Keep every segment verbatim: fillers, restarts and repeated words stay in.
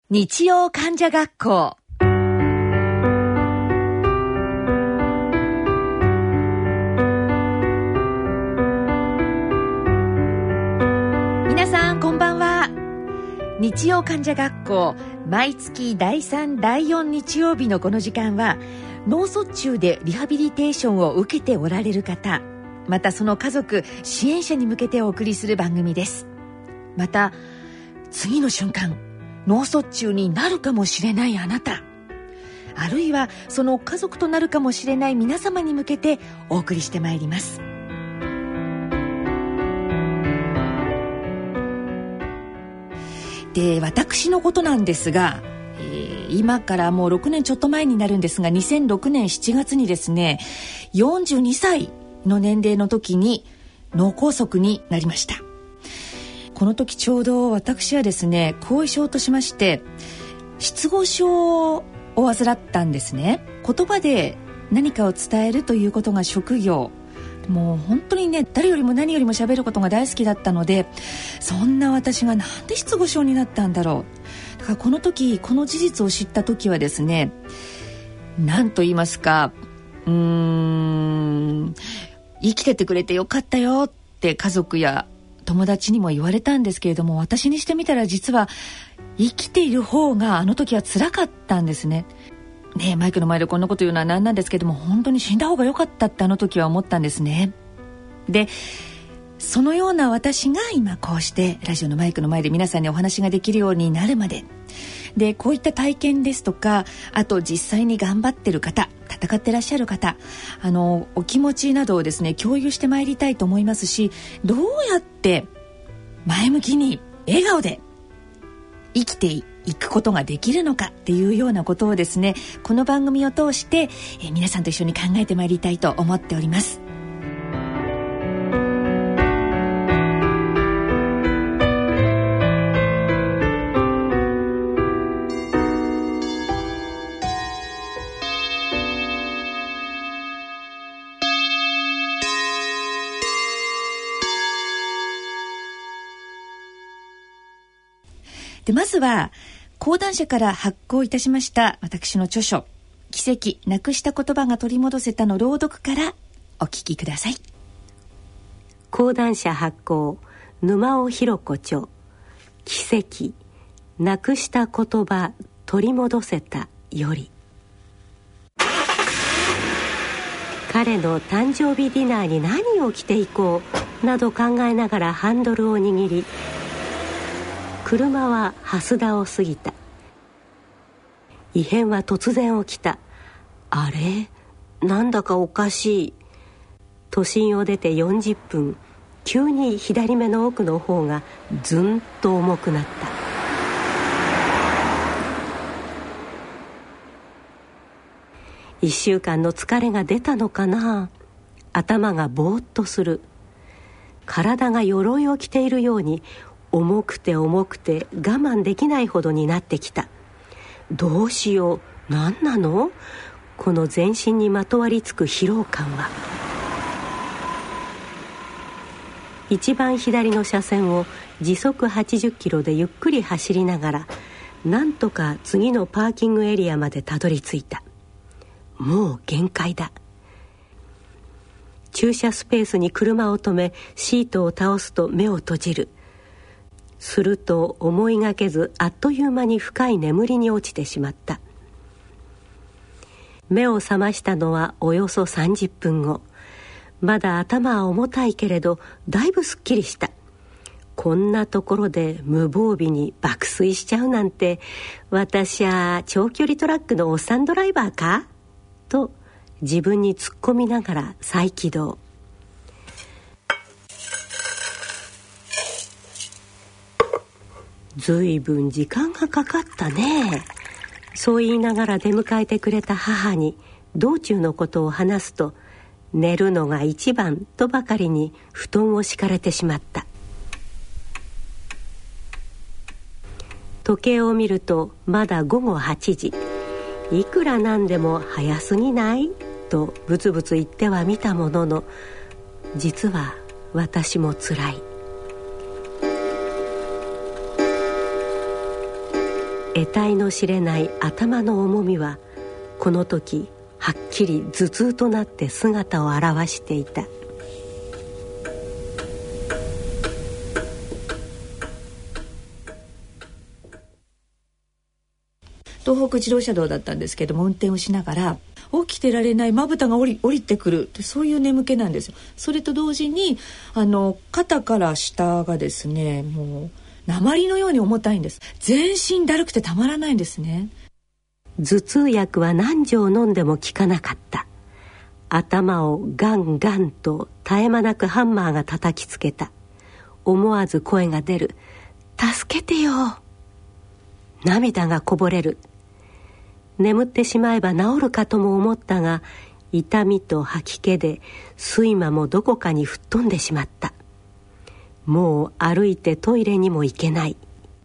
日曜患者学校。皆さんこんばんは。日曜患者学校、毎月だいさんだいよん日曜日のこの時間は、脳卒中でリハビリテーションを受けておられる方、またその家族支援者に向けてお送りする番組です。また次の瞬間脳卒中になるかもしれないあなた、あるいはその家族となるかもしれない皆様に向けてお送りしてまいります。で、私のことなんですが、えー、今からもうろくねんちょっと前になるんですが、にせんろくねんしちがつにですね、よんじゅうにさいの年齢の時に脳梗塞になりました。この時ちょうど私はですね、後遺症としまして失語症を患ったんですね。言葉で何かを伝えるということが職業、もう本当にね、誰よりも何よりも喋ることが大好きだったので、そんな私がなんで失語症になったんだろう。だからこの時、この事実を知った時はですね、何と言いますか、うーん生きててくれてよかったよって家族や友達にも言われたんですけれども、私にしてみたら実は生きている方があの時は辛かったんですね。ねえ、マイクの前でこんなこと言うのはなんなんですけども、本当に死んだ方が良かったってあの時は思ったんですね。で、そのような私が今こうしてラジオのマイクの前で皆さんにお話ができるようになるまでで、こういった体験ですとか、あと実際に頑張ってる方、戦ってらっしゃる方、あのお気持ちなどをですね共有してまいりたいと思いますし、どうやって前向きに笑顔で生きていくことができるのかっていうようなことをですね、この番組を通して、えー、皆さんと一緒に考えてまいりたいと思っております。で、まずは講談社から発行いたしました私の著書、奇跡なくした言葉が取り戻せたの朗読からお聞きください。 講談社発行、沼尾弘子著、奇跡なくした言葉取り戻せたより。彼の誕生日ディナーに何を着ていこうなど考えながらハンドルを握り、車は蓮田を過ぎた。異変は突然起きた。あれ、なんだかおかしい。都心を出てよんじゅっぷん、急に左目の奥の方がずんと重くなった。一週間の疲れが出たのかな。頭がぼーっとする。体が鎧を着ているように重くて重くて我慢できないほどになってきた。どうしよう、何なの、この全身にまとわりつく疲労感は。一番左の車線を時速はちじゅっキロでゆっくり走りながら、なんとか次のパーキングエリアまでたどり着いた。もう限界だ。駐車スペースに車を止め、シートを倒すと目を閉じる。すると思いがけずあっという間に深い眠りに落ちてしまった。目を覚ましたのはおよそさんじゅっぷんご。まだ頭は重たいけれどだいぶすっきりした。こんなところで無防備に爆睡しちゃうなんて、私は長距離トラックのおっさんドライバーかと自分に突っ込みながら再起動。ずいぶん時間がかかったね。そう言いながら出迎えてくれた母に道中のことを話すと、寝るのが一番とばかりに布団を敷かれてしまった。時計を見るとまだごごはちじ。いくらなんでも早すぎないとブツブツ言ってはみたものの、実は私もつらい。 得体の知れない頭の重みはこの時はっきり頭痛となって姿を現していた。 東北自動車道だったんですけども、運転をしながら起きてられない、まぶたが降り、降りてくる、そういう眠気なんですよ。それと同時にあの肩から下がですね、もう鉛のように重たいんです。全身だるくてたまらないんですね。 頭痛薬は何錠飲んでも効かなかった。頭をガンガンと絶え間なくハンマーが叩きつけた。思わず声が出る。助けてよ。涙がこぼれる。眠ってしまえば治るかとも思ったが、痛みと吐き気で睡魔もどこかに吹っ飛んでしまった。もう歩いてトイレにも行けない。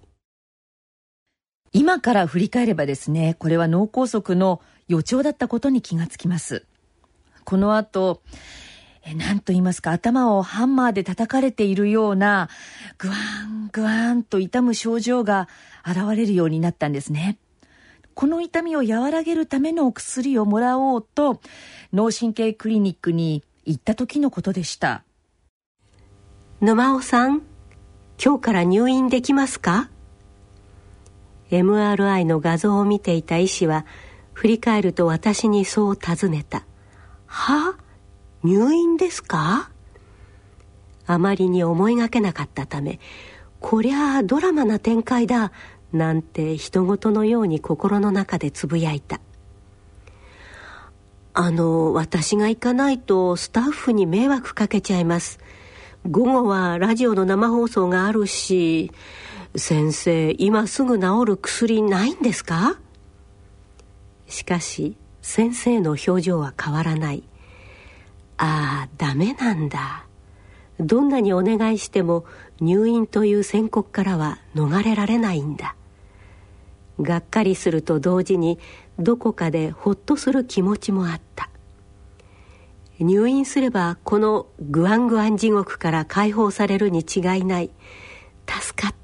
今から振り返ればですね、これは脳梗塞の予兆だったことに気がつきます。この後、え何と言いますか、頭をハンマーで叩かれているようなグワングワンと痛む症状が現れるようになったんですね。この痛みを和らげるためのお薬をもらおうと脳神経クリニックに行った時のことでした。 沼尾さん、今日から入院できますか？ エムアールアイ の画像を見ていた医師は振り返ると私にそう尋ねた。は？入院ですか？あまりに思いがけなかったため、こりゃあドラマな展開だなんて人事のように心の中でつぶやいた。あの私が行かないとスタッフに迷惑かけちゃいます。午後はラジオの生放送があるし、先生今すぐ治る薬ないんですか？しかし先生の表情は変わらない。ああ、ダメなんだ。どんなにお願いしても入院という宣告からは逃れられないんだ。がっかりすると同時にどこかでほっとする気持ちもあった。入院すればこのグワングワン地獄から解放されるに違いない。助かった。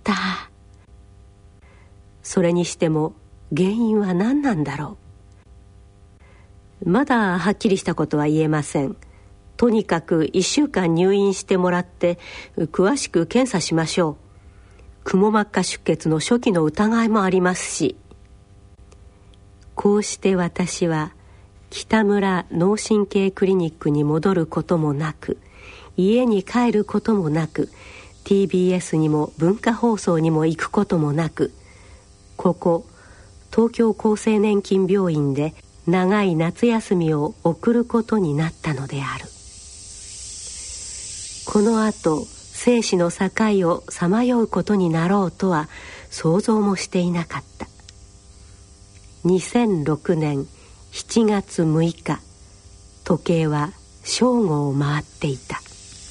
それにしても原因は何なんだろう。まだはっきりしたことは言えません。とにかくいっしゅうかん入院してもらって詳しく検査しましょう。くも膜下出血の初期の疑いもありますし。こうして私は北村脳神経クリニックに戻ることもなく、家に帰ることもなく、 ティービーエス にも文化放送にも行くこともなく、ここ東京厚生年金病院で長い夏休みを送ることになったのである。このあと生死の境をさまようことになろうとは想像もしていなかった。にせんろくねんしちがつむいか、時計は正午を回っていた。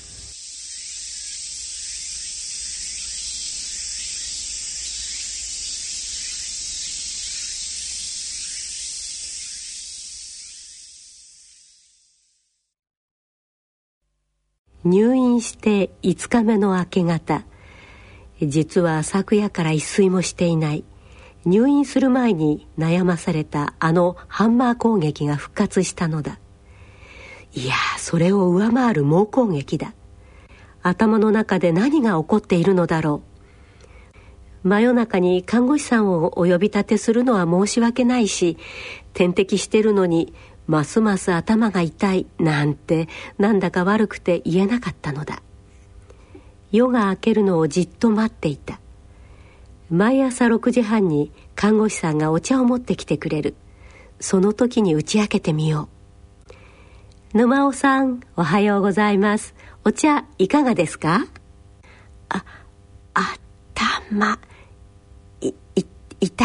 入院していつかめの明け方、実は昨夜から一睡もしていない。入院する前に悩まされたあのハンマー攻撃が復活したのだ。いや、それを上回る猛攻撃だ。頭の中で何が起こっているのだろう。真夜中に看護師さんをお呼び立てするのは申し訳ないし、点滴してるのにますます頭が痛いなんてなんだか悪くて言えなかったのだ。夜が明けるのをじっと待っていた。毎朝ろくじはんに看護師さんがお茶を持ってきてくれる。その時に打ち明けてみよう。沼尾さん、おはようございます。お茶いかがですか？あ、頭い、い、痛い。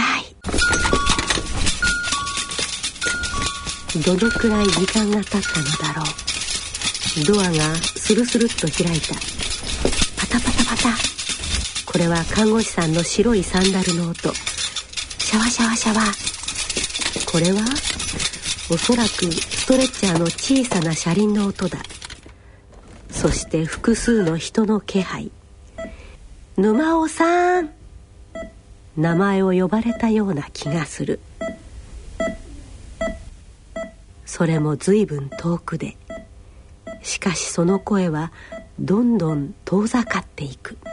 どのくらい時間が経ったのだろう。ドアがスルスルっと開いた。パタパタパタ。これは看護師さんの白いサンダルの音。シャワシャワシャワ。これはおそらくストレッチャーの小さな車輪の音だ。そして複数の人の気配。沼尾さん。 名前を呼ばれたような気がする。それもずいぶん遠くで、しかしその声はどんどん遠ざかっていく。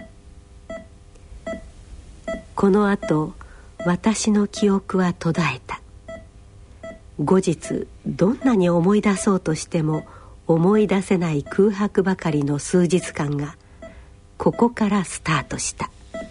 このあと私の記憶は途絶えた。後日どんなに思い出そうとしても思い出せない空白ばかりの数日間がここからスタートした。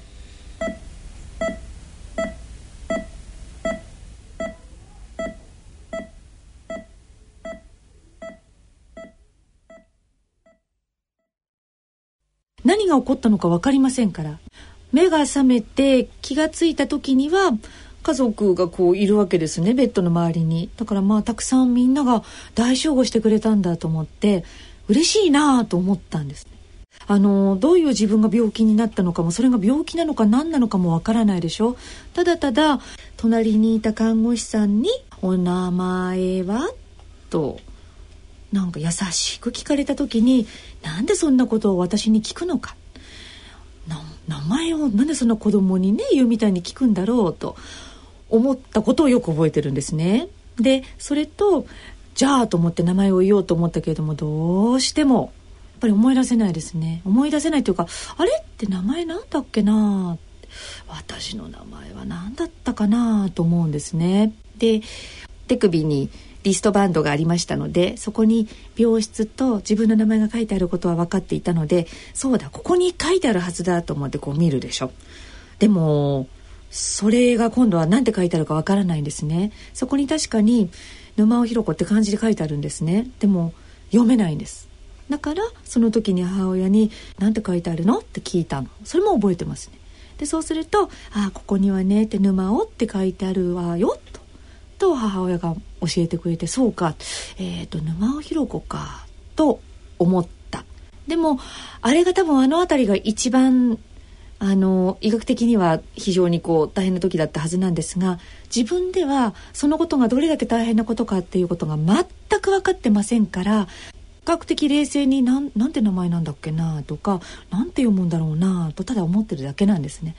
何が起こったのか分かりませんから、目が覚めて気がついた時には家族がこういるわけですね、ベッドの周りに。だからまあたくさんみんなが大集合してくれたんだと思って嬉しいなと思ったんです。あのどういう自分が病気になったのかも、それが病気なのか何なのかもわからないでしょ。ただただ隣にいた看護師さんにお名前はとなんか優しく聞かれた時に、なんでそんなことを私に聞くのか、な名前をなんでそんな子供にね言うみたいに聞くんだろうと思ったことをよく覚えてるんですね。でそれとじゃあと思って名前を言おうと思ったけれども、どうしてもやっぱり思い出せないですね。思い出せないというか、あれって名前なんだっけな、私の名前は何だったかなと思うんですね。で手首にリストバンドがありましたので、そこに病室と自分の名前が書いてあることは分かっていたので、そうだここに書いてあるはずだと思ってこう見るでしょ。でもそれが今度は何て書いてあるか分からないんですね。そこに確かに沼尾ひろ子って漢字で書いてあるんですね。でも読めないんです。だからその時に母親に何て書いてあるのって聞いたの。それも覚えてますね。でそうすると、あここにはねって沼尾って書いてあるわよとと母親が教えてくれて、そうか、えーと沼尾ひろ子かと思った。でもあれが多分あのあたりが一番あの医学的には非常にこう大変な時だったはずなんですが、自分ではそのことがどれだけ大変なことかっていうことが全く分かってませんから、比較的冷静になん、なんて名前なんだっけなとか、なんて読むんだろうなとただ思ってるだけなんですね。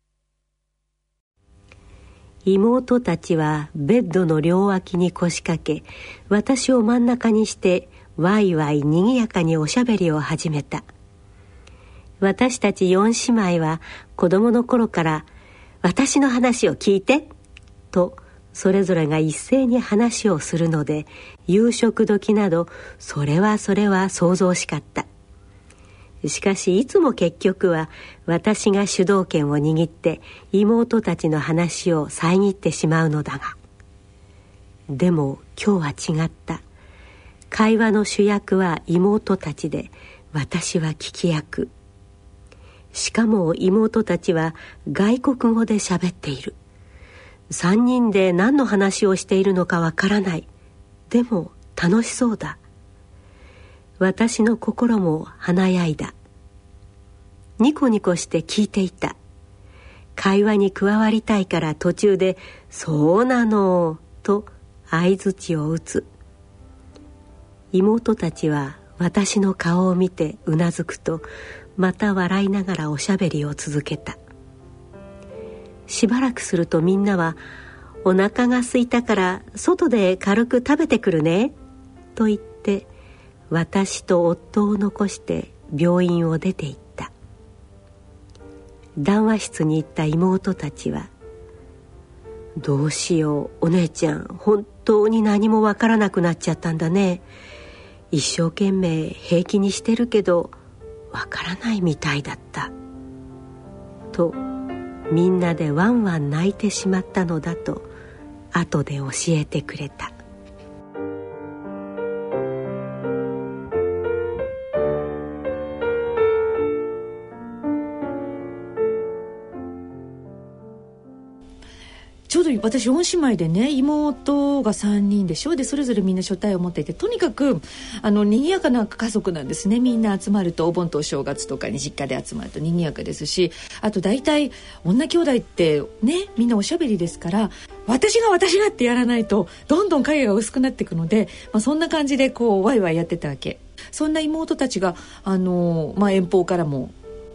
妹たちはベッドの両脇に腰掛け、私を真ん中にしてワイワイにぎやかにおしゃべりを始めた。私たち四姉妹は子供の頃から私の話を聞いてとそれぞれが一斉に話をするので、夕食時などそれはそれは想像しかった。しかしいつも結局は私が主導権を握って妹たちの話を遮ってしまうのだが、でも今日は違った。会話の主役は妹たちで、私は聞き役。しかも妹たちは外国語で喋っている。三人で何の話をしているのかわからない。でも楽しそうだ。私の心も華やいだ。ニコニコして聞いていた。会話に加わりたいから途中でそうなのと相槌を打つ。妹たちは私の顔を見てうなずくと、また笑いながらおしゃべりを続けた。しばらくするとみんなは、お腹が空いたから外で軽く食べてくるねと言って、私と夫を残して病院を出て行った。談話室に行った妹たちは、どうしよう、お姉ちゃん本当に何もわからなくなっちゃったんだね。一生懸命平気にしてるけどわからないみたいだったと、みんなでワンワン泣いてしまったのだと後で教えてくれた。 ちょうど私よん姉妹でね、妹がさんにんでしょ。でそれぞれみんな所帯を持っていて、とにかくあの賑やかな家族なんですね。みんな集まるとお盆とお正月とかに実家で集まると賑やかですし、あと大体女兄弟ってね、みんなおしゃべりですから、私が私がってやらないとどんどん影が薄くなっていくので、まあ、そんな感じでこうワイワイやってたわけ。そんな妹たちがあの、まあ、遠方からも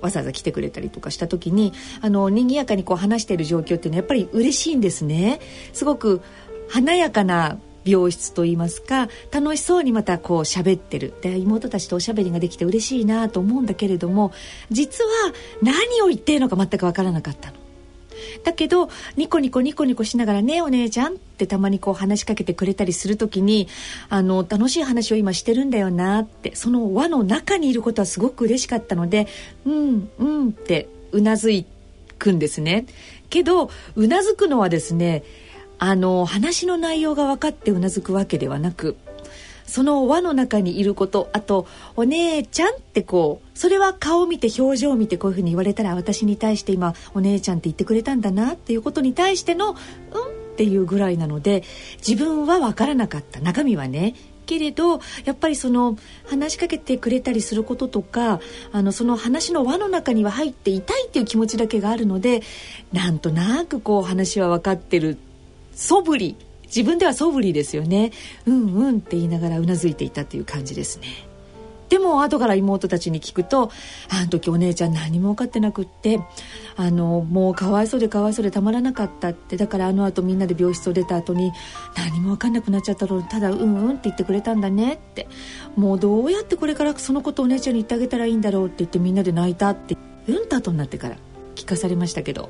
わざわざ来てくれたりとかした時にあの賑やかにこう話している状況っていうのはやっぱり嬉しいんですね。すごく華やかな病室といいますか、楽しそうにまたこう喋ってるで妹たちとおしゃべりができて嬉しいなと思うんだけれども、実は何を言っているのか全く分からなかったの。だけどニコニコニコニコしながらねお姉ちゃんってたまにこう話しかけてくれたりするときに、あの楽しい話を今してるんだよなって、その輪の中にいることはすごく嬉しかったので、うんうんってうなずくんですね。けどうなずくのはですね、あの話の内容が分かってうなずくわけではなく、その輪の中にいること、あとお姉ちゃんってこう、それは顔を見て表情を見てこういうふうに言われたら私に対して今お姉ちゃんって言ってくれたんだなっていうことに対してのうんっていうぐらいなので、自分は分からなかった、中身はね。けれどやっぱりその話しかけてくれたりすることとか、あのその話の輪の中には入っていたいっていう気持ちだけがあるので、なんとなくこう話は分かってる素振り、自分では素振りですよね。うんうんって言いながらうなずいていたという感じですね。でも後から妹たちに聞くと、あの時お姉ちゃん何も分かってなくって、あのもうかわいそうでかわいそうでたまらなかったって、だからあの後みんなで病室を出た後に何も分かんなくなっちゃったのにただうんうんって言ってくれたんだねって、もうどうやってこれからそのことをお姉ちゃんに言ってあげたらいいんだろうって言ってみんなで泣いたってうんと後になってから聞かされましたけど、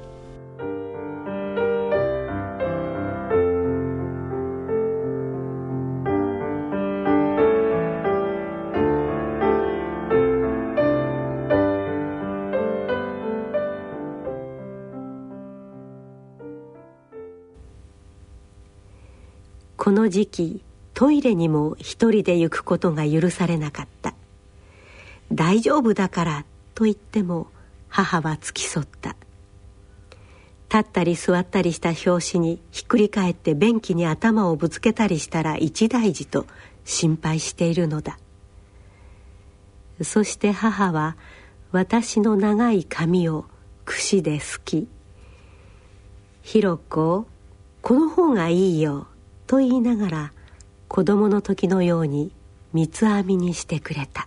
この時期トイレにも一人で行くことが許されなかった。大丈夫だからと言っても母は付き添った。立ったり座ったりした拍子にひっくり返って便器に頭をぶつけたりしたら一大事と心配しているのだ。そして母は私の長い髪を櫛で拭き、ひろこ、この方がいいよと言いながら子供の時のように三つ編みにしてくれた。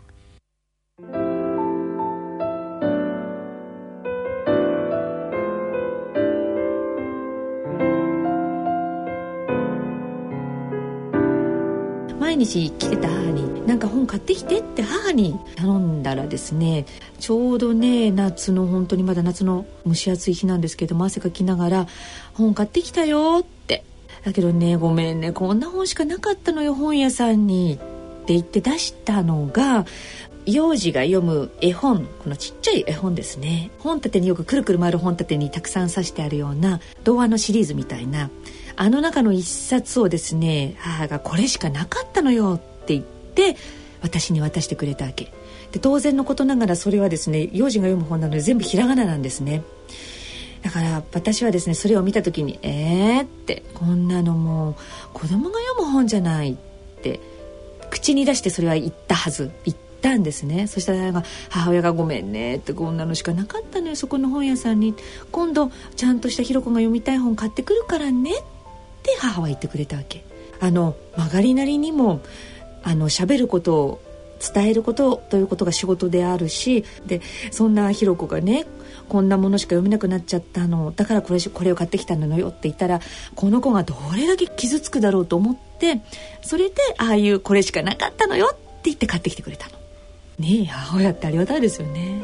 毎日来てた母になんか本買ってきてって母に頼んだらですね、ちょうどね夏の本当にまだ夏の蒸し暑い日なんですけども、汗かきながら本買ってきたよって、だけどねごめんねこんな本しかなかったのよ本屋さんにって言って出したのが、幼児が読む絵本、このちっちゃい絵本ですね。本立てによくくるくる回る本立てにたくさん刺してあるような童話のシリーズみたいな、あの中の一冊をですね母がこれしかなかったのよって言って私に渡してくれたわけで、当然のことながらそれはですね幼児が読む本なので全部ひらがななんですね。だから私はですねそれを見た時にえーってこんなのもう子供が読む本じゃないって口に出してそれは言ったはず言ったんですね。そしたら母親がごめんねってこんなのしかなかったのよそこの本屋さんに、今度ちゃんとしたひろこが読みたい本買ってくるからねって母は言ってくれたわけ。あの曲がりなりにもあの喋ることを伝えることということが仕事であるし、でそんなひろこがねこんなものしか読めなくなっちゃったのだからこれ、これを買ってきたのよって言ったらこの子がどれだけ傷つくだろうと思って、それでああいうこれしかなかったのよって言って買ってきてくれたのね。え母親ってありがたいですよね。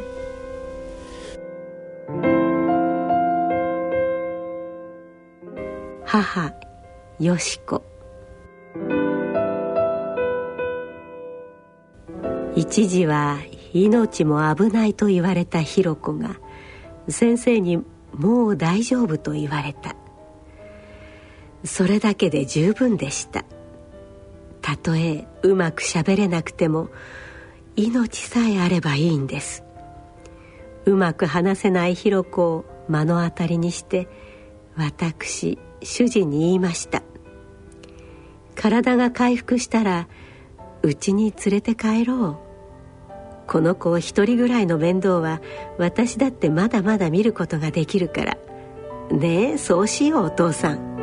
母よしこ。一時は命も危ないと言われたひろこが先生にもう大丈夫と言われた。それだけで十分でした。たとえうまくしゃべれなくても命さえあればいいんです。うまく話せないひろこを目の当たりにして私主人に言いました。体が回復したらうちに連れて帰ろう。この子一人ぐらいの面倒は私だってまだまだ見ることができるからねえ、そうしようお父さん。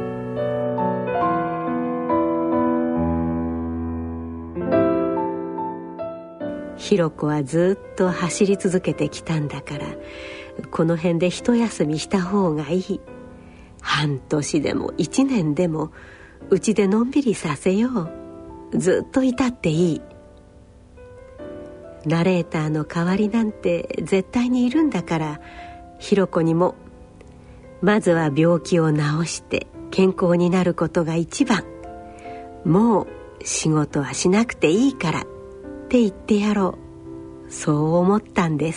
ひろこはずっと走り続けてきたんだから、この辺で一休みした方がいい。半年でも一年でもうちでのんびりさせよう。ずっといたっていい。ナレーターの代わりなんて絶対にいるんだから、ひろこにもまずは病気を治して健康になることが一番。もう仕事はしなくていいからって言ってやろう。そう思ったんです。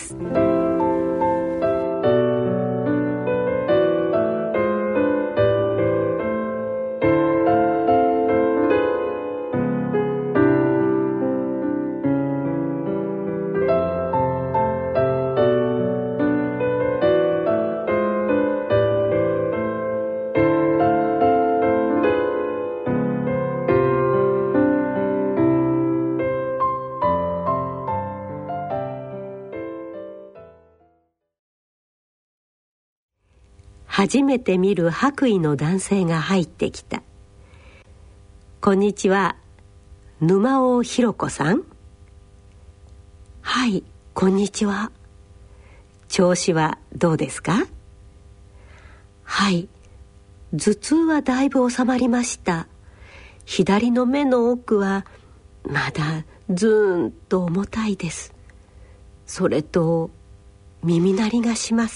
初めて見る白衣の男性が入ってきた。こんにちは、沼尾ひろこさん。はい、こんにちは。調子はどうですか？はい、頭痛はだいぶ収まりました。左の目の奥はまだずーんと重たいです。それと耳鳴りがします。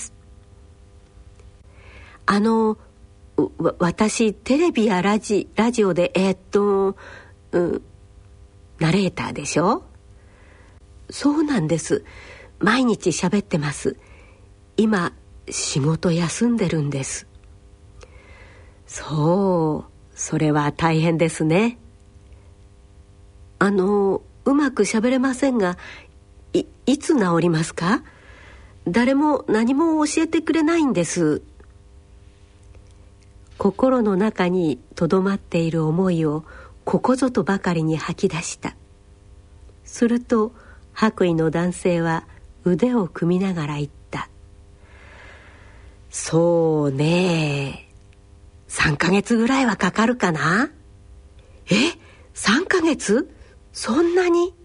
あのわ私テレビやラジラジオでえー、っと、うん、ナレーターでしょ？そうなんです。毎日喋ってます。今仕事休んでるんです。そう、それは大変ですね。あのうまく喋れませんが、い、いつ治りますか？誰も何も教えてくれないんです。心の中にとどまっている思いをここぞとばかりに吐き出した。すると白衣の男性は腕を組みながら言った。そうね、さんかげつぐらいはかかるかな。え、さんかげつ？そんなに？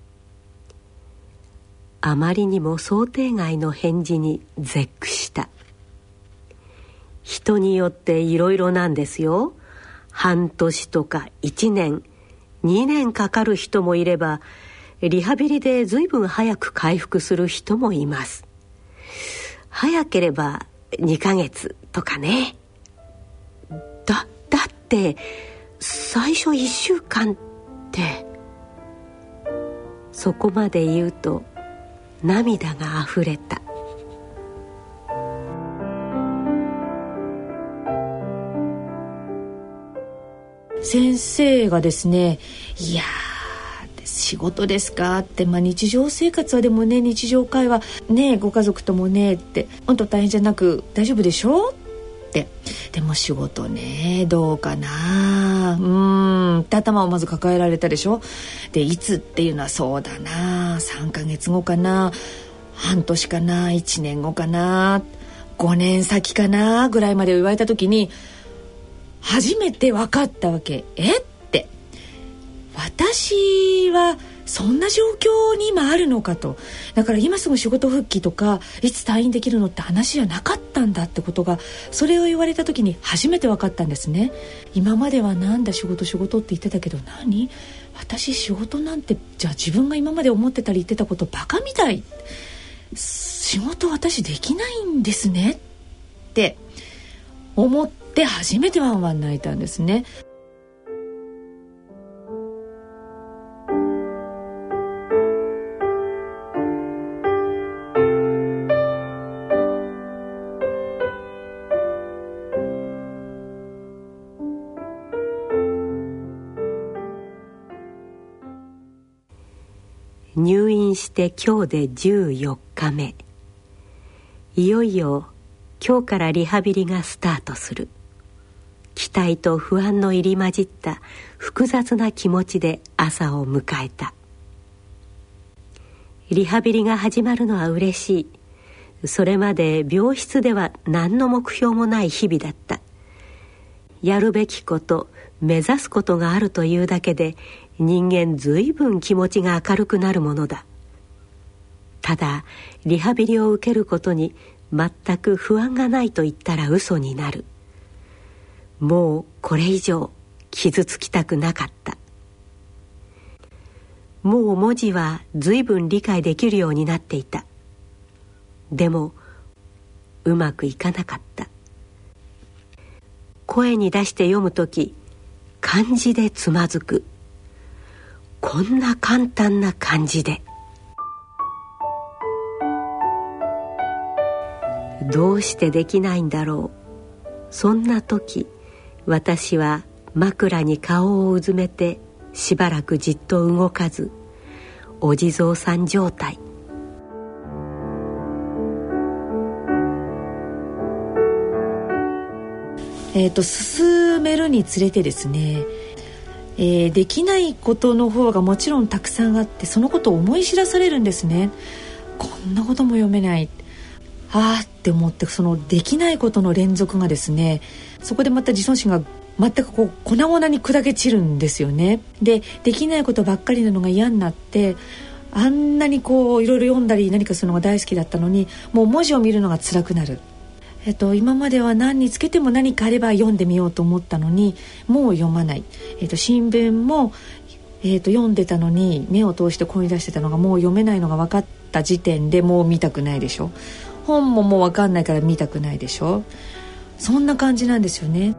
あまりにも想定外の返事に絶句した。人によっていろいろなんですよ。半年とかいちねん、にねんかかる人もいれば、リハビリでずいぶん早く回復する人もいます。早ければにかげつとかね。だ、だって最初いっしゅうかんって。そこまで言うと涙があふれた。 先生がですね、いやー仕事ですかって、まあ、日常生活はでもね、日常会話ね、ご家族ともねって本当大変じゃなく大丈夫でしょって、でも仕事ねどうかな、うーんって頭をまず抱えられたでしょ。でいつっていうのはそうだな、さんかげつごかな、半年かな、いちねんごかな、ごねん先かなぐらいまで言われた時に初めて分かったわけ。えって、私はそんな状況に今あるのかと。だから今すぐ仕事復帰とかいつ退院できるのって話じゃなかったんだってことが、それを言われた時に初めて分かったんですね。今まではなんだ仕事仕事って言ってたけど、何私仕事なんて、じゃあ自分が今まで思ってたり言ってたことバカみたい、仕事私できないんですねって思ってで初めてワンワン泣いたんですね。 入院して今日でじゅうよっかめ。いよいよ今日からリハビリがスタートする。期待と不安の入り混じった複雑な気持ちで朝を迎えた。リハビリが始まるのは嬉しい。それまで病室では何の目標もない日々だった。やるべきこと、目指すことがあるというだけで人間ずいぶん気持ちが明るくなるものだ。 ただリハビリを受けることに全く不安がないと言ったら嘘になる。もうこれ以上傷つきたくなかった。もう文字は随分理解できるようになっていた。でもうまくいかなかった。声に出して読むとき漢字でつまずく。こんな簡単な漢字で。どうしてできないんだろう。そんな時私は枕に顔をうずめてしばらくじっと動かず、お地蔵さん状態。 えーと、進めるにつれてですね、えー、できないことの方がもちろんたくさんあって、そのことを思い知らされるんですね。こんなことも読めない、あーって思って、そのできないことの連続がですね、そこでまた自尊心が全くこう粉々に砕け散るんですよね。で、できないことばっかりなのが嫌になって、あんなにこういろいろ読んだり何かするのが大好きだったのに、もう文字を見るのが辛くなる。えっと、今までは何につけても何かあれば読んでみようと思ったのに、もう読まない。えっと、新聞も、えっと、読んでたのに目を通して声に出してたのがもう読めないのが分かった時点でもう見たくないでしょ。本ももう分かんないから見たくないでしょ。そんな感じなんですよね。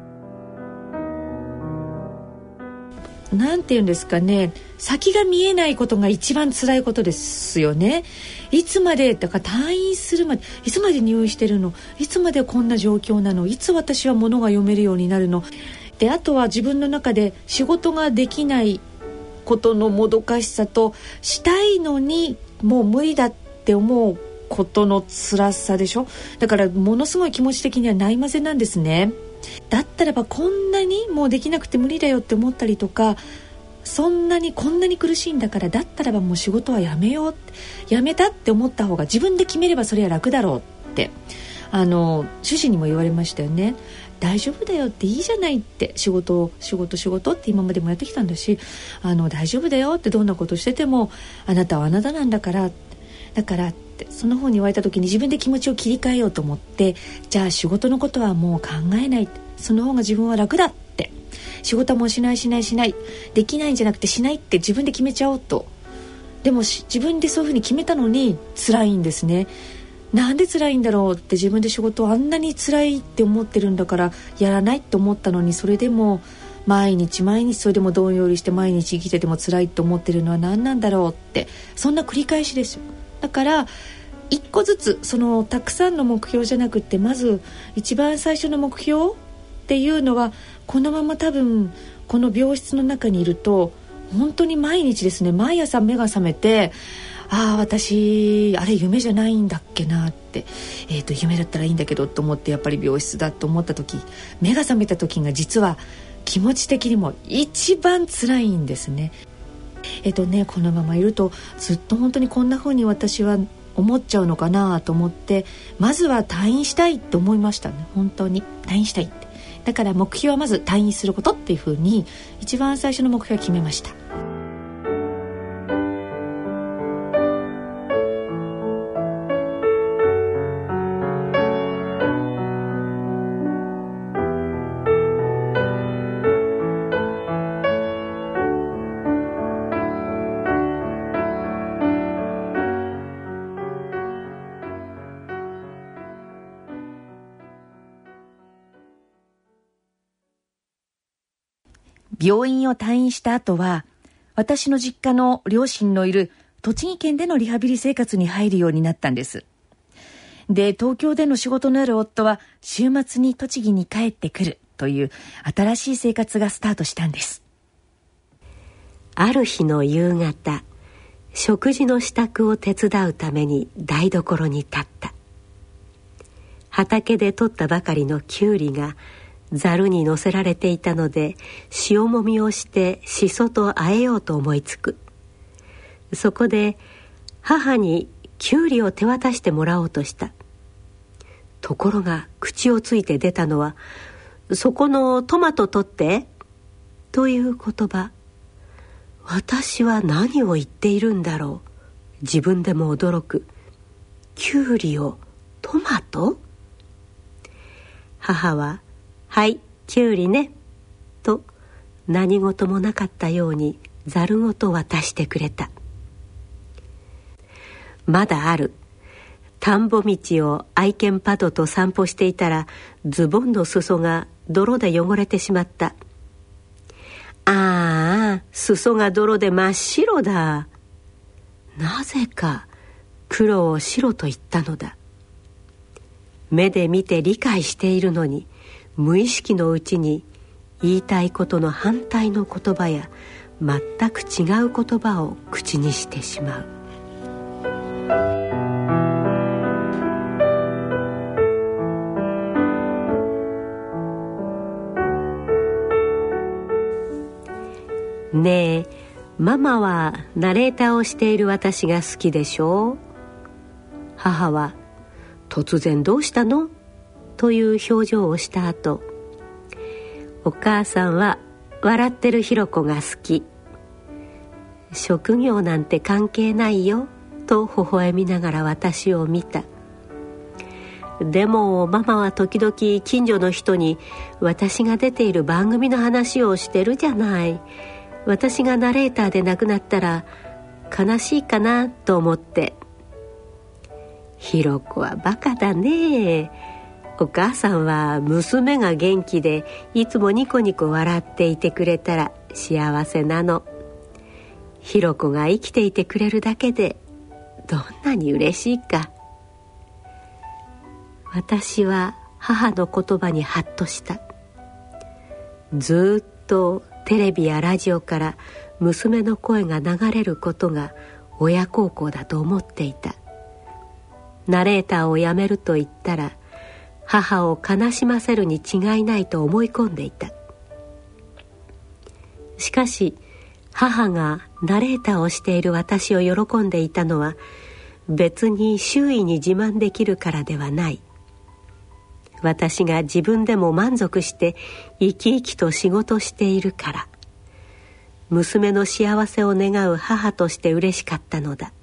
なんて言うんですかね、先が見えないことが一番辛いことですよね。いつまでだから退院するまで、いつまで入院してるの、いつまでこんな状況なの、いつ私は物が読めるようになるので、あとは自分の中で仕事ができないことのもどかしさと、したいのにもう無理だって思うことの辛さでしょ。だからものすごい気持ち的にはないまぜなんですね。だったらばこんなにもうできなくて無理だよって思ったりとか、そんなにこんなに苦しいんだから、だったらばもう仕事はやめよう、やめたって思った方が自分で決めればそれは楽だろうってあの主人にも言われましたよね。大丈夫だよっていいじゃないって、仕事仕事仕事って今までもやってきたんだし、あの大丈夫だよって、どんなことしててもあなたはあなたなんだからだからってその方に言われた時に自分で気持ちを切り替えようと思って、じゃあ仕事のことはもう考えない、その方が自分は楽だって、仕事はもうしないしないしない、できないんじゃなくてしないって自分で決めちゃおうと。でも自分でそういうふうに決めたのに辛いんですね。なんで辛いんだろうって、自分で仕事をあんなに辛いって思ってるんだからやらないって思ったのに、それでも毎日毎日それでもどんよりして毎日生きてても辛いって思ってるのは何なんだろうって、そんな繰り返しですよ。だから一個ずつ、そのたくさんの目標じゃなくって、まず一番最初の目標っていうのは、このまま多分この病室の中にいると本当に毎日ですね、毎朝目が覚めて、ああ私あれ夢じゃないんだっけなって、えーと夢だったらいいんだけどと思って、やっぱり病室だと思った時、目が覚めた時が実は気持ち的にも一番辛いんですね。えっとねこのままいるとずっと本当にこんな風に私は思っちゃうのかなと思って、まずは退院したいと思いましたね。本当に退院したいって、だから目標はまず退院することっていう風に一番最初の目標を決めました。病院を退院した後は、私の実家の両親のいる栃木県でのリハビリ生活に入るようになったんです。で、東京での仕事のある夫は週末に栃木に帰ってくるという新しい生活がスタートしたんです。 ある日の夕方、食事の支度を手伝うために台所に立った。畑で採ったばかりのきゅうりがざるに乗せられていたので、塩もみをしてしそと和えようと思いつく。そこで母にきゅうりを手渡してもらおうとした。ところが口をついて出たのは、そこのトマト取ってという言葉。私は何を言っているんだろう。自分でも驚く。 きゅうりをトマト？母は、はい、きゅうりね、と何事もなかったようにざるごと渡してくれた。まだある。田んぼ道を愛犬パドと散歩していたら、ズボンの裾が泥で汚れてしまった。ああ、裾が泥で真っ白だ。なぜか黒を白と言ったのだ。目で見て理解しているのに、無意識のうちに言いたいことの反対の言葉や全く違う言葉を口にしてしまう。ねえ、ママはナレーターをしている私が好きでしょう？母は、突然どうしたの？という表情をした後、お母さんは笑ってるひろこが好き。職業なんて関係ないよ、と微笑みながら私を見た。でもママは時々近所の人に私が出ている番組の話をしてるじゃない。私がナレーターで亡くなったら悲しいかなと思って。ひろこはバカだね。お母さんは娘が元気でいつもニコニコ笑っていてくれたら幸せなの。ひろこが生きていてくれるだけでどんなに嬉しいか。私は母の言葉にハッとした。ずっとテレビやラジオから娘の声が流れることが親孝行だと思っていた。ナレーターをやめると言ったら母を悲しませるに違いないと思い込んでいた。しかし母がナレーターをしている私を喜んでいたのは別に周囲に自慢できるからではない。私が自分でも満足して生き生きと仕事しているから。娘の幸せを願う母として嬉しかったのだ。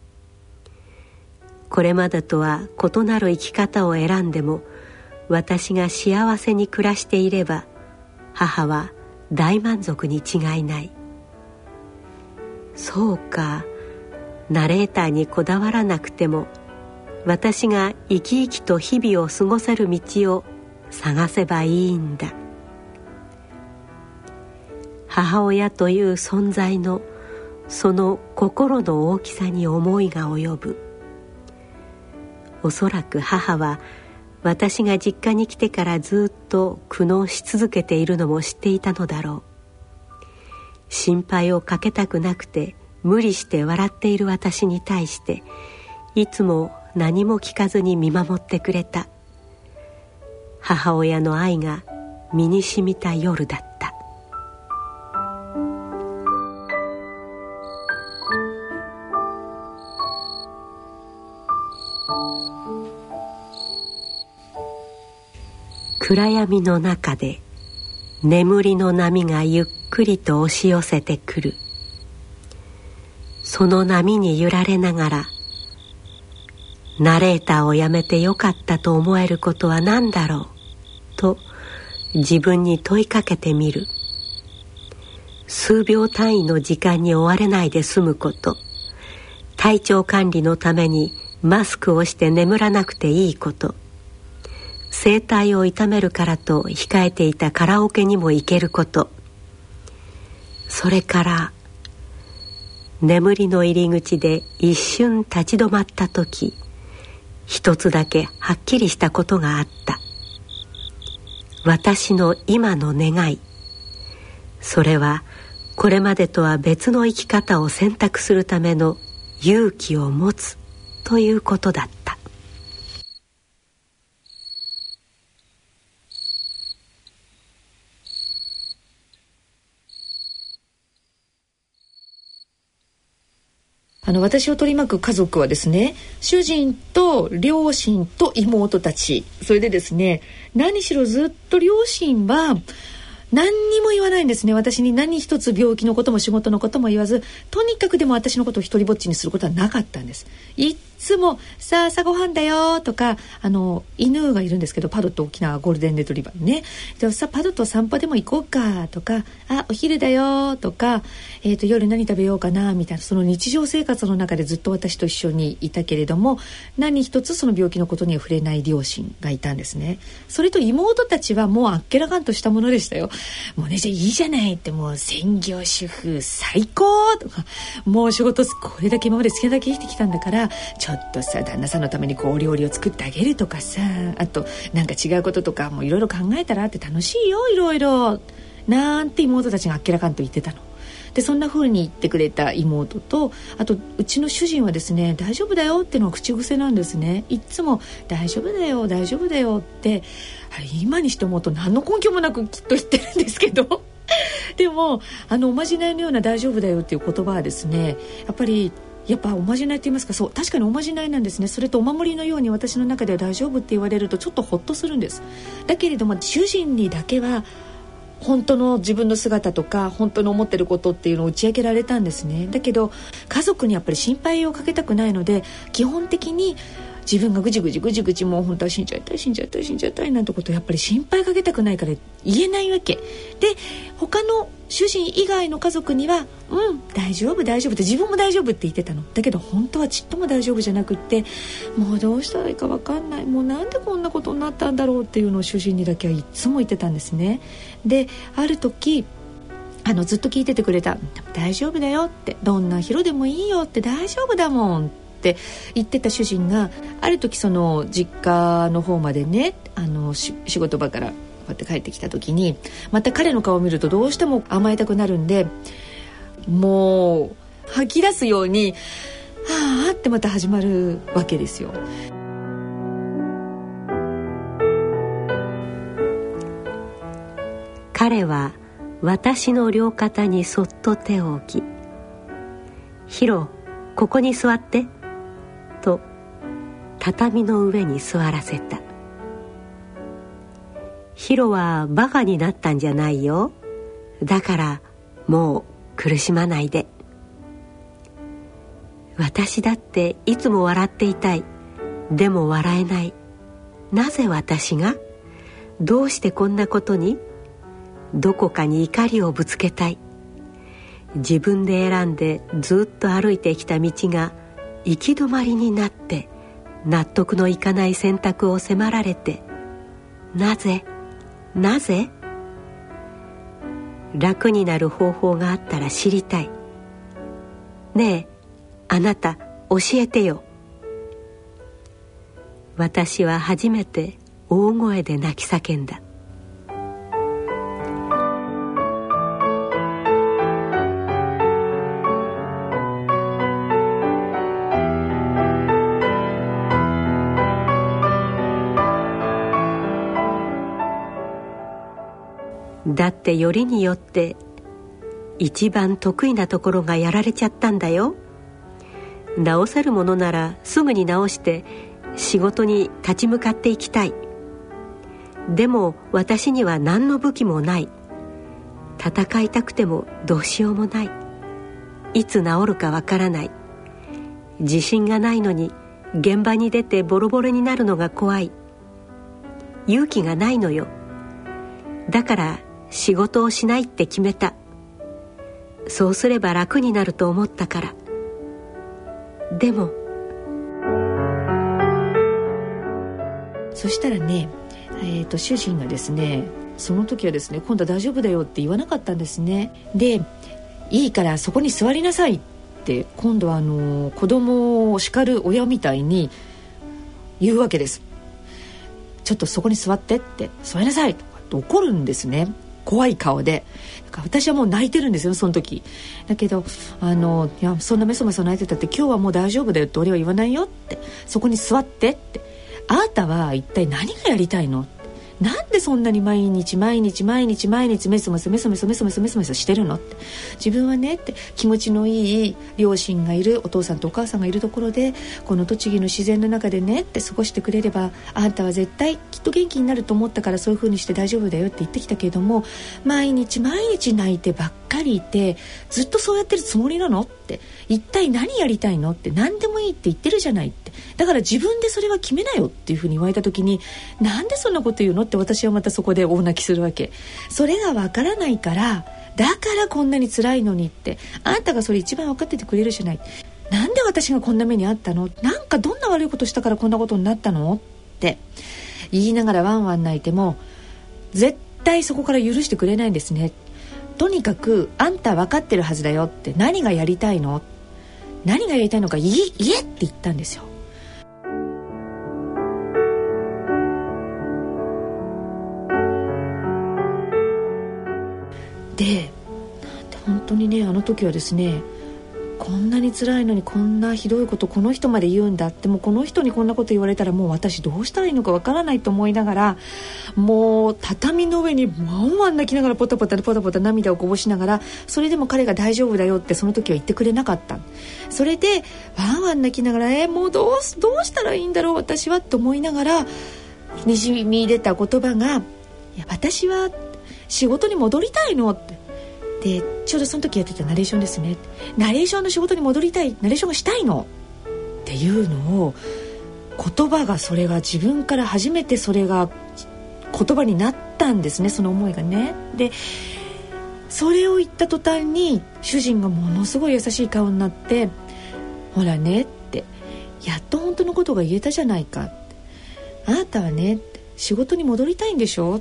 これまでとは異なる生き方を選んでも私が幸せに暮らしていれば母は大満足に違いない。そうか、ナレーターにこだわらなくても私が生き生きと日々を過ごせる道を探せばいいんだ。母親という存在のその心の大きさに思いが及ぶ。おそらく母は私が実家に来てからずっと苦悩し続けているのも知っていたのだろう。心配をかけたくなくて無理して笑っている私に対していつも何も聞かずに見守ってくれた。母親の愛が身に染みた夜だった。暗闇の中で眠りの波がゆっくりと押し寄せてくる。その波に揺られながらナレーターをやめてよかったと思えることは何だろうと自分に問いかけてみる。数秒単位の時間に追われないで済むこと、体調管理のためにマスクをして眠らなくていいこと、声帯を痛めるからと控えていたカラオケにも行けること、それから眠りの入り口で一瞬立ち止まった時、一つだけはっきりしたことがあった。私の今の願い、それはこれまでとは別の生き方を選択するための勇気を持つということだった。 あの私を取り巻く家族はですね、主人と両親と妹たち、それでですね、何しろずっと両親は何にも言わないんですね。私に何一つ病気のことも仕事のことも言わず、とにかくでも私のことを一人ぼっちにすることはなかったんです。いつもさあ朝ごはんだよとか、あの犬がいるんですけど、パドと大きなゴールデンレトリバーね、でさパドと散歩でも行こうかとか、あお昼だよとか、えーと夜何食べようかなみたいな、その日常生活の中でずっと私と一緒にいたけれども、何一つその病気のことには触れない両親がいたんですね。それと妹たちはもうあっけらかんとしたものでしたよ。もうね、じゃあいいじゃないって、もう専業主婦最高とか、もう仕事これだけ今まで好きなだけ生きてきたんだからちょっとさ旦那さんのためにこうお料理を作ってあげるとかさ、あとなんか違うこととかもいろいろ考えたらって楽しいよいろいろなんて妹たちがあっけらかんと言ってたので、そんな風に言ってくれた妹と、あとうちの主人はですね、大丈夫だよっていうのが口癖なんですね。いつも大丈夫だよ大丈夫だよって、あれ今にして思うと何の根拠もなくきっと言ってるんですけどでもあのおまじないのような大丈夫だよっていう言葉はですね、やっぱりやっぱおまじないって言いますか、そう確かにおまじないなんですね。それとお守りのように私の中では大丈夫って言われるとちょっとホッとするんです。だけれども主人にだけは本当の自分の姿とか本当に思ってることっていうのを打ち明けられたんですね。だけど家族にやっぱり心配をかけたくないので、基本的に自分がぐじぐじぐじぐじもう本当は死んじゃいたい死んじゃいたい死んじゃいたいなんてことをやっぱり心配かけたくないから言えないわけで、他の主人以外の家族にはうん大丈夫大丈夫って自分も大丈夫って言ってたの。だけど本当はちっとも大丈夫じゃなくって、もうどうしたらいいか分かんない、もうなんでこんなことになったんだろうっていうのを主人にだけはいつも言ってたんですね。である時あのずっと聞いててくれた、大丈夫だよって、どんな広でもいいよって、大丈夫だもんって言ってた主人が、ある時その実家の方までね、あの仕事場からこうやって帰ってきた時に、また彼の顔を見るとどうしても甘えたくなるんで、もう吐き出すようにはぁってまた始まるわけですよ。 彼は私の両肩にそっと手を置き、ヒロここに座ってと畳の上に座らせた。ヒロはバカになったんじゃないよ。だからもう苦しまないで。私だっていつも笑っていたい。でも笑えない。なぜ私が？どうしてこんなことに？どこかに怒りをぶつけたい。自分で選んでずっと歩いてきた道が行き止まりになって、納得のいかない選択を迫られて、なぜなぜ？楽になる方法があったら知りたい。ねえ、あなた教えてよ。私は初めて大声で泣き叫んだ。だってよりによって一番得意なところがやられちゃったんだよ。直せるものならすぐに直して仕事に立ち向かっていきたい。でも私には何の武器もない。戦いたくてもどうしようもない。いつ治るかわからない。自信がないのに現場に出てボロボロになるのが怖い。勇気がないのよ。だから仕事をしないって決めた。そうすれば楽になると思ったから。でもそしたらね、えーと、主人がですね、その時はですね、今度は大丈夫だよって言わなかったんですね。で、いいからそこに座りなさいって今度はあの子供を叱る親みたいに言うわけです。ちょっとそこに座ってって、座りなさいとかって怒るんですね、怖い顔で。だから私はもう泣いてるんですよその時。だけどあのいやそんなメソメソ泣いてたって、今日はもう大丈夫だよって俺は言わないよって、そこに座ってって、あなたは一体何がやりたいの、なんでそんなに毎日毎日毎日毎日メソメソメソメソメソメソメソメソしてるのって、自分はねって気持ちのいい両親がいる、お父さんとお母さんがいるところでこの栃木の自然の中でねって過ごしてくれれば、あんたは絶対きっと元気になると思ったからそういう風にして大丈夫だよって言ってきたけれども、毎日毎日泣いてばっかりいてずっとそうやってるつもりなのって、一体何やりたいのって、何でもいいって言ってるじゃないって、 だから自分でそれは決めなよっていうふうに言われた時に、なんでそんなこと言うのって私はまたそこで大泣きするわけ。それがわからないから、だからこんなに辛いのにって、あんたがそれ一番分かっててくれるじゃない、なんで私がこんな目にあったの、なんかどんな悪いことしたからこんなことになったのって言いながらワンワン泣いても絶対そこから許してくれないんですね。とにかくあんた分かってるはずだよって、何がやりたいの、何がやりたいのか言え言えって言ったんですよ。で、本当にね、あの時はですね、こんなに辛いのにこんなひどいことこの人まで言うんだって、もうこの人にこんなこと言われたらもう私どうしたらいいのかわからないと思いながら、もう畳の上にワンワン泣きながらポタポタポタポタ涙をこぼしながら、それでも彼が大丈夫だよってその時は言ってくれなかった。それでワンワン泣きながら、えー、もうどうどうしたらいいんだろう私はと思いながら、にじみ出た言葉が、いや私は仕事に戻りたいのって。でちょうどその時やってたナレーションですね。ナレーションの仕事に戻りたい、ナレーションがしたいのっていうのを、言葉がそれが自分から初めてそれが言葉になったんですね、その思いがね。でそれを言った途端に主人がものすごい優しい顔になって、ほらねって、やっと本当のことが言えたじゃないかって、あなたはね仕事に戻りたいんでしょって、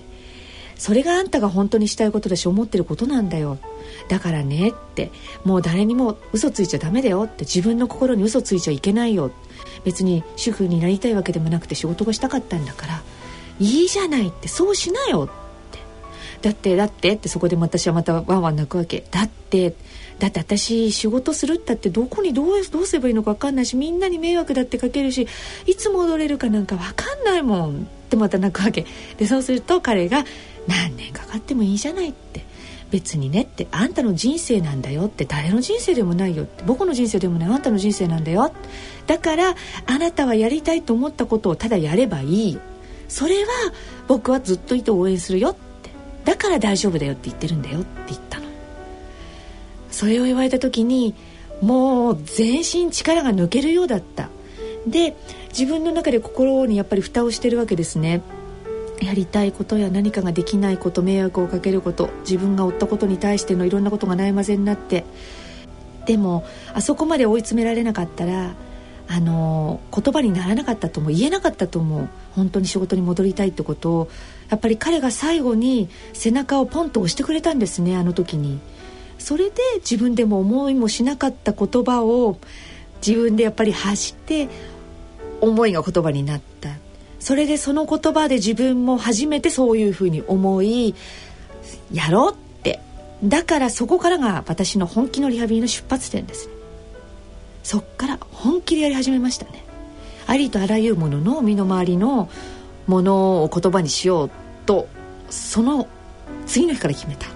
それがあんたが本当にしたいことだし思ってることなんだよ、だからねって、もう誰にも嘘ついちゃダメだよって、自分の心に嘘ついちゃいけないよ、別に主婦になりたいわけでもなくて仕事がしたかったんだからいいじゃないって、そうしなよって、だってだってって、そこで私はまたワンワン泣くわけ。だってだって私仕事するったってどこにどうどうすればいいのか分かんないし、みんなに迷惑だってかけるし、いつ戻れるかなんか分かんないもんってまた泣くわけで、そうすると彼が、何年かかってもいいじゃないって、別にねって、あんたの人生なんだよって、誰の人生でもないよって、僕の人生でもない、あんたの人生なんだよ、だからあなたはやりたいと思ったことをただやればいいよ、それは僕はずっといて応援するよって、だから大丈夫だよって言ってるんだよって言ったの。それを言われた時にもう全身力が抜けるようだった。で自分の中で心にやっぱり蓋をしてるわけですね。やりたいことや何かができないこと、迷惑をかけること、自分が負ったことに対してのいろんなことが悩ませになって、でもあそこまで追い詰められなかったら、あの言葉にならなかったと思う、言えなかったと思う、本当に仕事に戻りたいってことを。やっぱり彼が最後に背中をポンと押してくれたんですね、あの時に。それで自分でも思いもしなかった言葉を自分でやっぱり発して思いが言葉になった。それでその言葉で自分も初めてそういうふうに思い、やろうって、だからそこからが私の本気のリハビリの出発点です。そっから本気でやり始めましたね。ありとあらゆるものの身の回りのものを言葉にしようと、その次の日から決めた。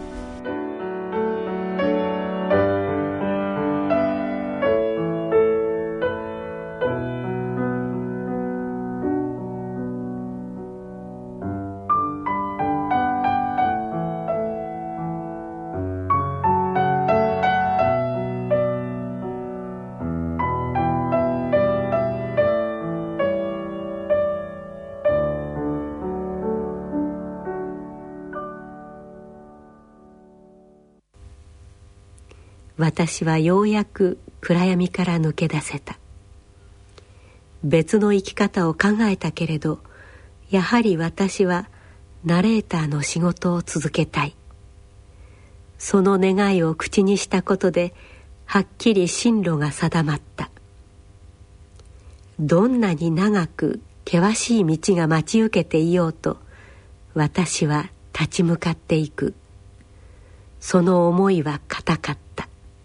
私はようやく暗闇から抜け出せた。別の生き方を考えたけれど、やはり私はナレーターの仕事を続けたい。その願いを口にしたことで、はっきり進路が定まった。どんなに長く険しい道が待ち受けていようと、私は立ち向かっていく。その思いは固かった。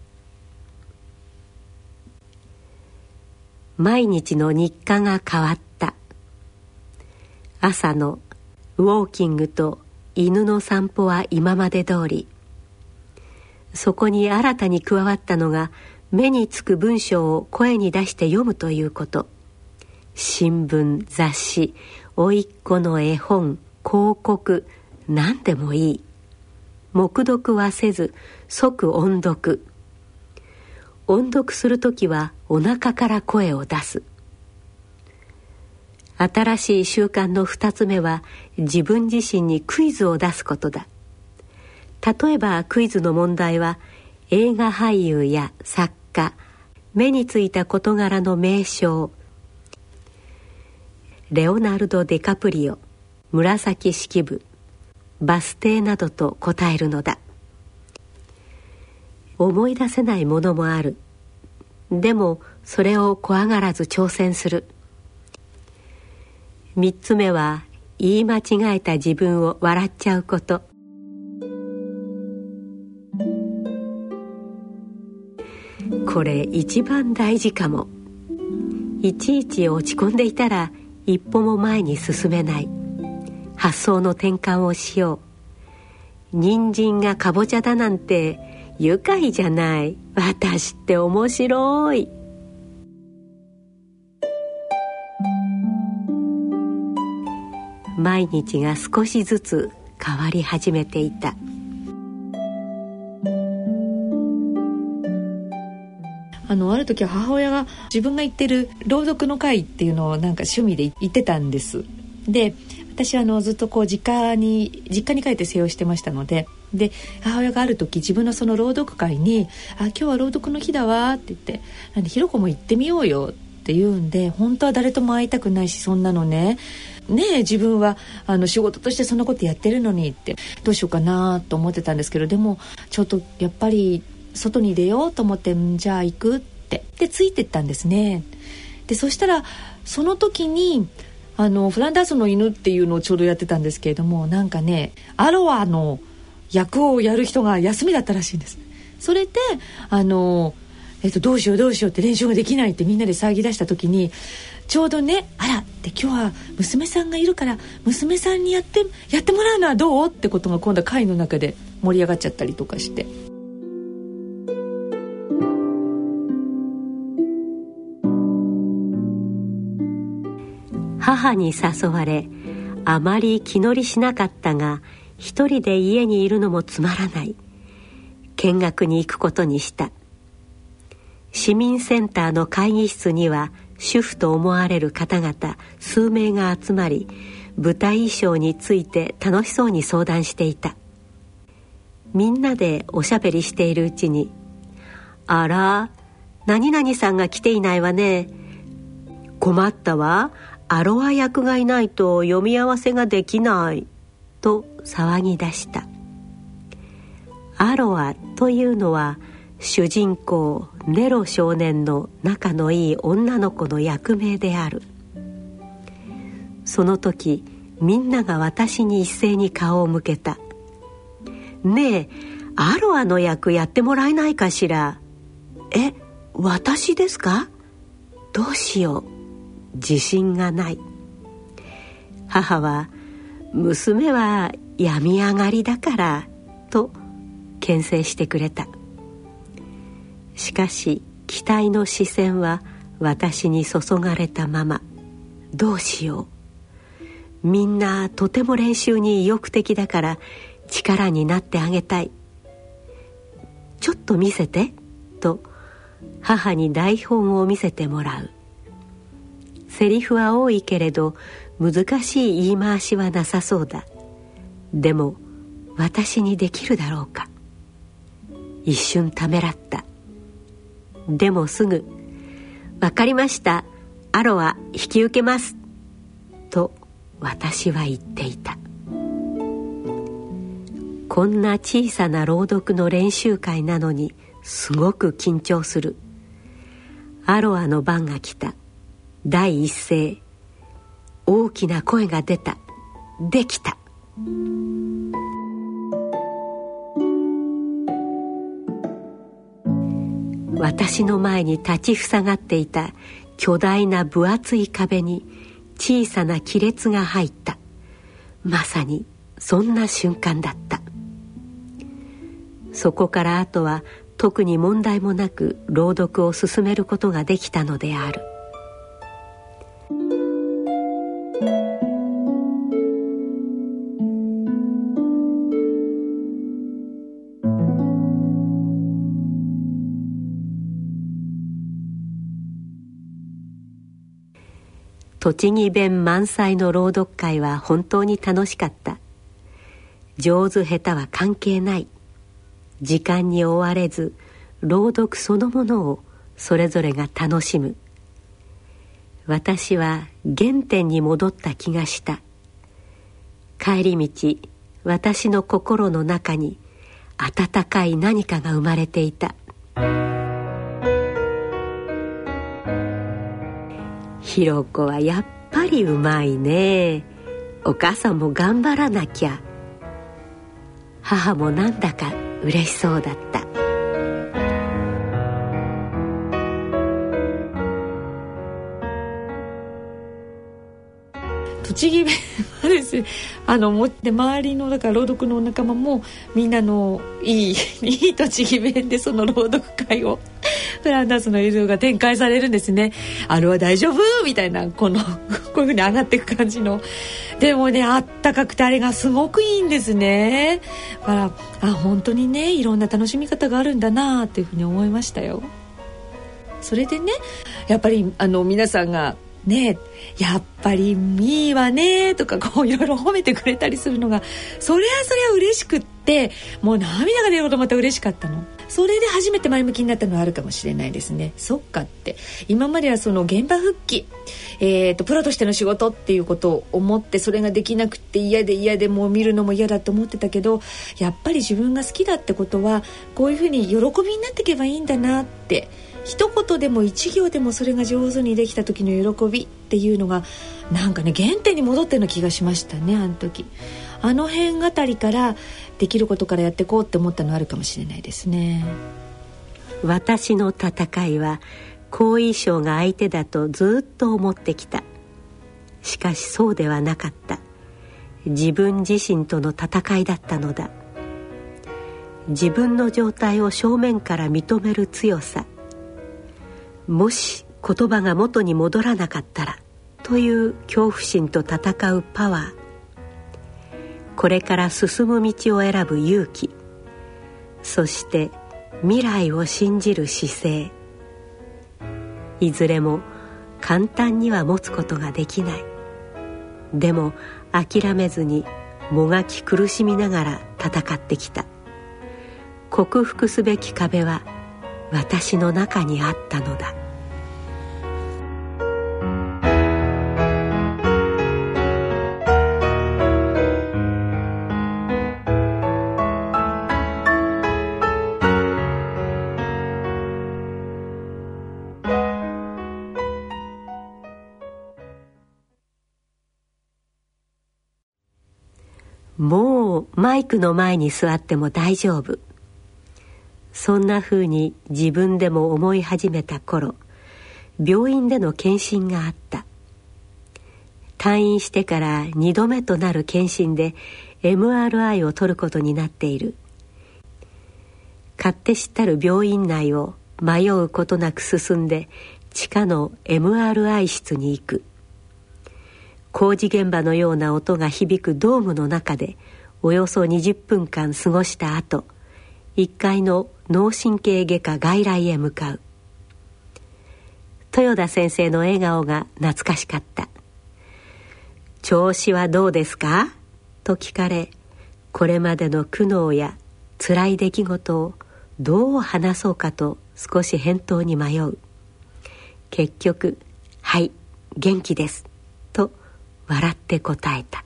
毎日の日課が変わった。朝のウォーキングと犬の散歩は今まで通り。そこに新たに加わったのが、目につく文章を声に出して読むということ。新聞、雑誌、甥っ子の絵本、広告、何でもいい。黙読はせず、即音読。 音読するときはお腹から声を出す。新しい習慣の二つ目は自分自身にクイズを出すことだ。例えばクイズの問題は映画俳優や作家、目についた事柄の名称、レオナルド・デカプリオ、紫式部、バス停などと答えるのだ。思い出せないものもある。でもそれを怖がらず挑戦する。三つ目は言い間違えた自分を笑っちゃうこと。これ一番大事かも。いちいち落ち込んでいたら一歩も前に進めない。発想の転換をしよう。人参がかぼちゃだなんて愉快じゃない。私って面白い。毎日が少しずつ変わり始めていた。 あのある時は母親が自分が行ってる朗読の会っていうのをなんか趣味で行ってたんです。で、私はあのずっとこう実家に実家に帰って静養してましたので、で母親がある時自分のその朗読会に「あ、今日は朗読の日だわ」って言って「なんでひろこも行ってみようよ」って言うんで、本当は誰とも会いたくないし、そんなのねねえ自分はあの仕事としてそんなことやってるのにってどうしようかなと思ってたんですけど、でもちょっとやっぱり外に出ようと思って、んじゃあ行くってでついてったんですね。でそしたらその時にあのフランダースの犬っていうのをちょうどやってたんですけれども、なんかねアロアの役をやる人が休みだったらしいんです。それであの、えっと、どうしようどうしようって練習ができないってみんなで騒ぎ出した時に、ちょうどね、あらって今日は娘さんがいるから娘さんにやってやってもらうのはどうってことが今度は会の中で盛り上がっちゃったりとかして、 母に誘われ、あまり気乗りしなかったが、一人で家にいるのもつまらない。見学に行くことにした。市民センターの会議室には主婦と思われる方々数名が集まり、舞台衣装について楽しそうに相談していた。みんなでおしゃべりしているうちに、あら、何々さんが来ていないわね。困ったわ。アロア役がいないと読み合わせができないと騒ぎ出した。アロアというのは主人公ネロ少年の仲のいい女の子の役名である。その時みんなが私に一斉に顔を向けた。ねえ、アロアの役やってもらえないかしら。え、私ですか？どうしよう。自信がない。母は娘は病み上がりだからと牽制してくれた。しかし期待の視線は私に注がれたまま。どうしよう。みんなとても練習に意欲的だから力になってあげたい。ちょっと見せてと母に台本を見せてもらう。セリフは多いけれど難しい言い回しはなさそうだ。でも私にできるだろうか。一瞬ためらった。でもすぐわかりました、アロア引き受けますと私は言っていた。こんな小さな朗読の練習会なのにすごく緊張する。アロアの番が来た。第一声、大きな声が出た。できた。私の前に立ちふさがっていた巨大な分厚い壁に小さな亀裂が入った。まさにそんな瞬間だった。そこからあとは特に問題もなく朗読を進めることができたのである。 栃木弁満載の朗読会は本当に楽しかった。上手下手は関係ない。時間に追われず、朗読そのものをそれぞれが楽しむ。私は原点に戻った気がした。帰り道、私の心の中に温かい何かが生まれていた。ひろこはやっぱりうまいね。お母さんも頑張らなきゃ。母もなんだか嬉しそうだった。 栃木弁はですね、あのもって周りのだから朗読の仲間もみんなのいいいい栃木弁でその朗読会をフランダースの映像が展開されるんですね。あれは大丈夫みたいな、このこういう風に上がっていく感じの。でもね、あったかくてあれがすごくいいんですね。だからあ本当にね、いろんな楽しみ方があるんだなっていうふうに思いましたよ。それでね、やっぱりあの皆さんがね、やっぱりみーはねとかこういろいろ褒めてくれたりするのが、それはそれは嬉しくって、もう涙が出るほどまた嬉しかったの。それで初めて前向きになったのはあるかもしれないですね。そっかって、今まではその現場復帰、えーとプロとしての仕事っていうことを思って、それができなくて嫌で嫌でもう見るのも嫌だと思ってたけど、やっぱり自分が好きだってことはこういうふうに喜びになっていけばいいんだなって、一言でも一行でもそれが上手にできた時の喜びっていうのがなんかね、原点に戻ったような気がしましたね。あの時あの辺あたりからできることからやっていこうって思ったのあるかもしれないですね。 私の戦いは後遺症が相手だとずっと思ってきた。しかしそうではなかった。自分自身との戦いだったのだ。自分の状態を正面から認める強さ、もし言葉が元に戻らなかったらという恐怖心と戦うパワー、これから進む道を選ぶ勇気、そして未来を信じる姿勢、いずれも簡単には持つことができない。でも諦めずにもがき苦しみながら戦ってきた。克服すべき壁は私の中にあったのだ。もうマイクの前に座っても大丈夫。そんな風に自分でも思い始めた頃、病院での検診があった。退院してからにどめとなる検診で エムアールアイ を取ることになっている。勝手知ったる病院内を迷うことなく進んで地下の エムアールアイ 室に行く。工事現場のような音が響くドームの中でおよそにじゅっぷんかん過ごした後、いっかいの脳神経外科外来へ向かう。豊田先生の笑顔が懐かしかった。調子はどうですかと聞かれ、これまでの苦悩や辛い出来事をどう話そうかと少し返答に迷う。結局、はい、元気ですと笑って答えた。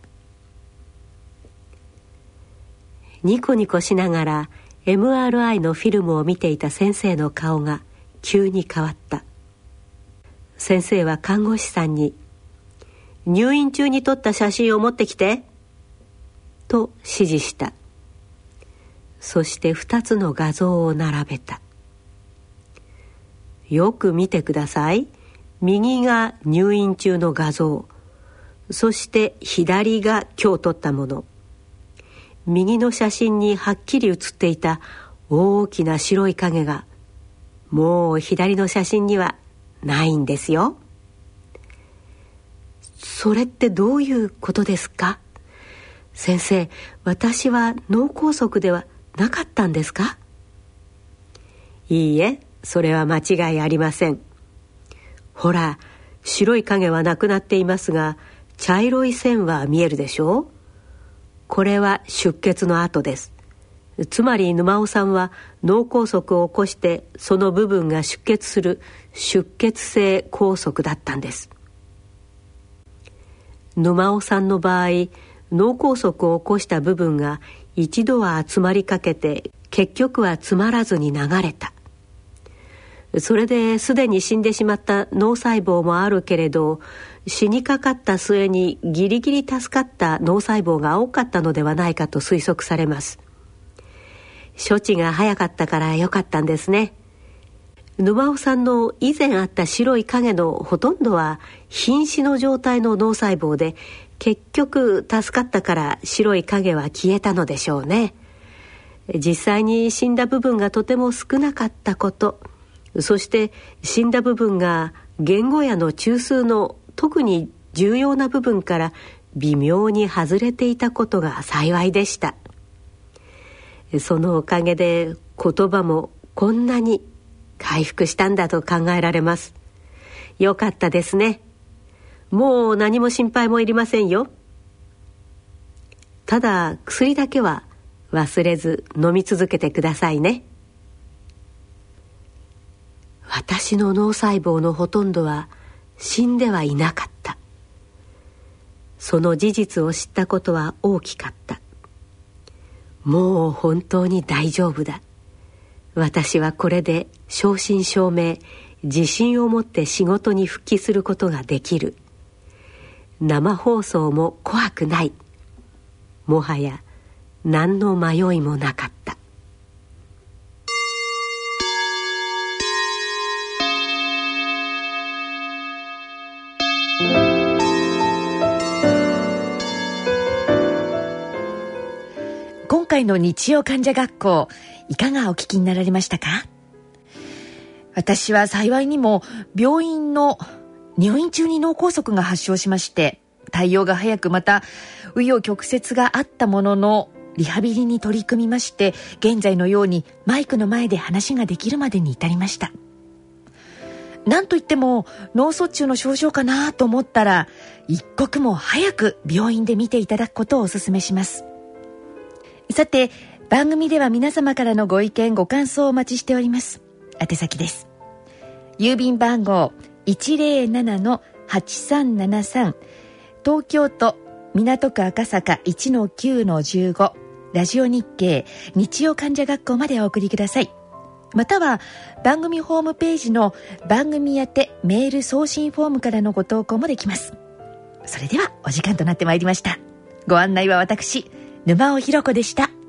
ニコニコしながら エムアールアイ のフィルムを見ていた先生の顔が急に変わった。先生は看護師さんに、入院中に撮った写真を持ってきてと指示した。そして二つの画像を並べた。よく見てください。右が入院中の画像、そして左が今日撮ったもの。右の写真にはっきり写っていた大きな白い影が、もう左の写真にはないんですよ。それってどういうことですか？先生、私は脳梗塞ではなかったんですか？いいえ、それは間違いありません。ほら、 白い影はなくなっていますが、茶色い線は見えるでしょう。これは出血の跡です。つまり沼尾さんは脳梗塞を起こしてその部分が出血する出血性梗塞だったんです。沼尾さんの場合、脳梗塞を起こした部分が一度は集まりかけて結局は詰まらずに流れた。それですでに死んでしまった脳細胞もあるけれど、死にかかった末にギリギリ助かった脳細胞が多かったのではないかと推測されます。処置が早かったからよかったんですね。沼尾さんの以前あった白い影のほとんどは瀕死の状態の脳細胞で、結局助かったから白い影は消えたのでしょうね。実際に死んだ部分がとても少なかったこと、そして死んだ部分が言語野の中枢の特に重要な部分から微妙に外れていたことが幸いでした。そのおかげで言葉もこんなに回復したんだと考えられます。よかったですね。もう何も心配もいりませんよ。ただ薬だけは忘れず飲み続けてくださいね。私の脳細胞のほとんどは死んではいなかった。その事実を知ったことは大きかった。もう本当に大丈夫だ。私はこれで正真正銘、自信を持って仕事に復帰することができる。生放送も怖くない。もはや何の迷いもなかった。 今回の日曜患者学校、いかがお聞きになられましたか？私は幸いにも病院の入院中に脳梗塞が発症しまして、対応が早く、また紆余曲折があったもののリハビリに取り組みまして、現在のようにマイクの前で話ができるまでに至りました。なんといっても脳卒中の症状かなと思ったら、一刻も早く病院で見ていただくことをお勧めします。さて、番組では皆様からのご意見ご感想をお待ちしております。宛先です。郵便番号 いちぜろななのはちさんななさん、東京都港区赤坂 いちのきゅうのじゅうご、ラジオ日経日曜患者学校までお送りください。または番組ホームページの番組宛てメール送信フォームからのご投稿もできます。それではお時間となってまいりました。ご案内は私、沼尾ひろ子でした。